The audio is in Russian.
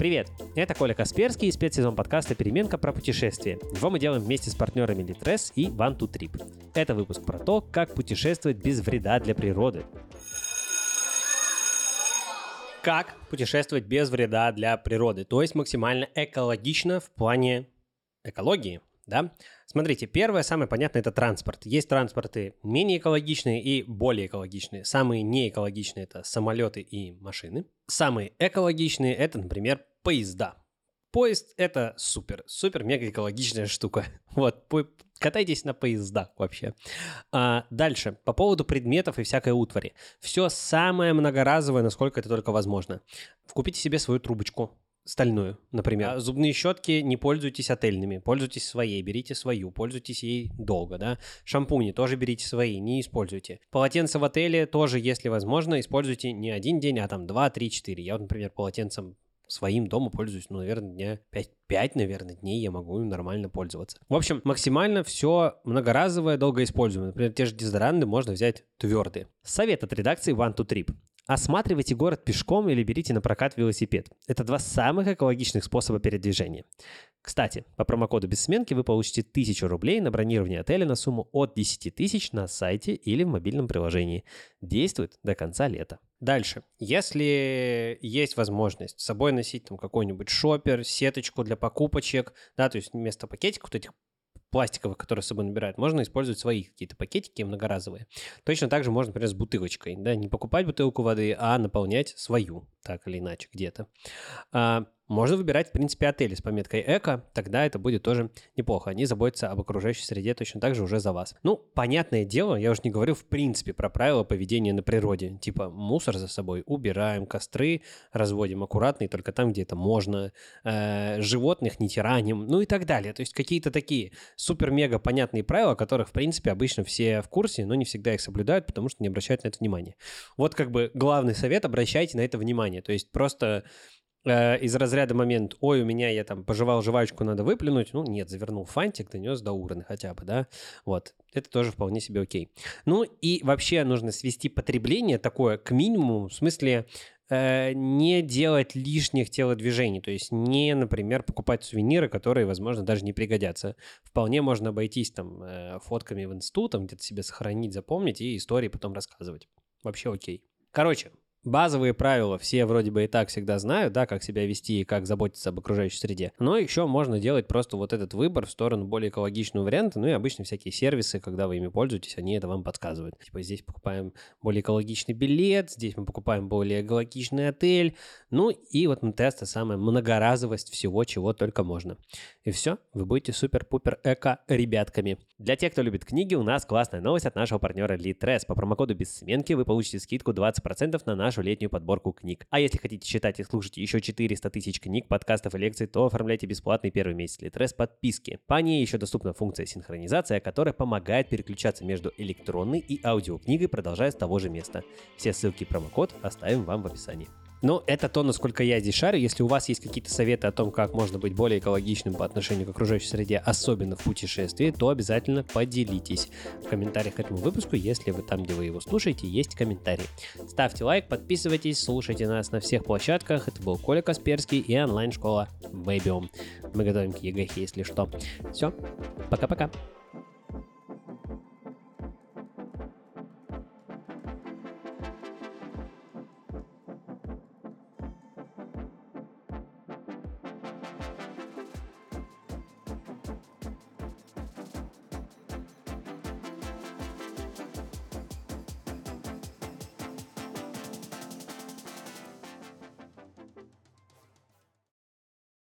Привет, это Коля Касперский и спецсезон подкаста «Переменка» про путешествия. Его мы делаем вместе с партнерами Litres и One2Trip. Это выпуск про то, как путешествовать без вреда для природы. Как путешествовать без вреда для природы, то есть максимально экологично в плане экологии. Да? Смотрите, первое, самое понятное, это транспорт. Есть транспорты менее экологичные и более экологичные. Самые неэкологичные – это самолеты и машины. Самые экологичные – это, например, поезда. Поезд – это супер-мега экологичная штука. Вот, катайтесь на поездах вообще. Дальше, по поводу предметов и всякой утвари. Все самое многоразовое, насколько это только возможно. Купите себе свою трубочку. Стальную, например. Зубные щетки не пользуйтесь отельными, пользуйтесь своей, берите свою, пользуйтесь ей долго, да. Шампуни тоже берите свои, не используйте. Полотенца в отеле тоже, если возможно, используйте не один день, а там 2, 3, 4. Я вот, например, полотенцем своим дома пользуюсь, наверное, дня 5, наверное, дней я могу им нормально пользоваться. В общем, максимально все многоразовое, долгоиспользуемое. Например, те же дезодоранты можно взять твердые. Совет от редакции One2Trip. Осматривайте город пешком или берите на прокат велосипед. Это два самых экологичных способа передвижения. Кстати, по промокоду «Бессменки» вы получите 1000 рублей на бронирование отеля на сумму от 10 тысяч на сайте или в мобильном приложении. Действует до конца лета. Дальше. Если есть возможность с собой носить там какой-нибудь шопер, сеточку для покупочек, да, то есть вместо пакетиков вот этих пластиковых, которые с собой набирают, можно использовать свои какие-то пакетики многоразовые. Точно так же можно, например, с бутылочкой, да, не покупать бутылку воды, а наполнять свою, так или иначе, где-то. Можно выбирать, в принципе, отели с пометкой «Эко», тогда это будет тоже неплохо. Они заботятся об окружающей среде точно так же уже за вас. Ну, понятное дело, я уже не говорю в принципе про правила поведения на природе. Типа мусор за собой убираем, костры разводим аккуратно и только там, где это можно, животных не тираним, ну и так далее. То есть какие-то такие супер-мега понятные правила, которых, в принципе, обычно все в курсе, но не всегда их соблюдают, потому что не обращают на это внимания. Вот как бы главный совет – обращайте на это внимание. То есть просто из разряда момент, ой, у меня я там пожевал жвачку, надо выплюнуть, ну нет, завернул фантик, донес до урны хотя бы, да, вот, это тоже вполне себе окей. Ну и вообще нужно свести потребление такое к минимуму, в смысле не делать лишних телодвижений, то есть не, например, покупать сувениры, которые, возможно, даже не пригодятся. Вполне можно обойтись там фотками в инсту, там где-то себе сохранить, запомнить и истории потом рассказывать. Вообще окей. Короче, базовые правила все вроде бы и так всегда знают, да, как себя вести и как заботиться об окружающей среде. Но еще можно делать просто вот этот выбор в сторону более экологичного варианта. Ну и обычно всякие сервисы, когда вы ими пользуетесь, они это вам подсказывают. Типа здесь покупаем более экологичный билет, здесь мы покупаем более экологичный отель. Ну и вот МТС-то самая многоразовость всего, чего только можно. И все, вы будете супер-пупер эко-ребятками. Для тех, кто любит книги, у нас классная новость от нашего партнера Litres. По промокоду «Бессменки» вы получите скидку 20% на нашу летнюю подборку книг. А если хотите читать и слушать еще 400 тысяч книг, подкастов и лекций, то оформляйте бесплатный первый месяц Litres подписки. По ней еще доступна функция синхронизация, которая помогает переключаться между электронной и аудиокнигой, продолжая с того же места. Все ссылки и промокод оставим вам в описании. Ну, это то, насколько я здесь шарю. Если у вас есть какие-то советы о том, как можно быть более экологичным по отношению к окружающей среде, особенно в путешествии, то обязательно поделитесь в комментариях к этому выпуску, если вы там, где вы его слушаете, есть комментарии. Ставьте лайк, подписывайтесь, слушайте нас на всех площадках. Это был Коля Касперский и онлайн-школа Babyom. Мы готовим к ЕГЭ, если что. Все, пока-пока.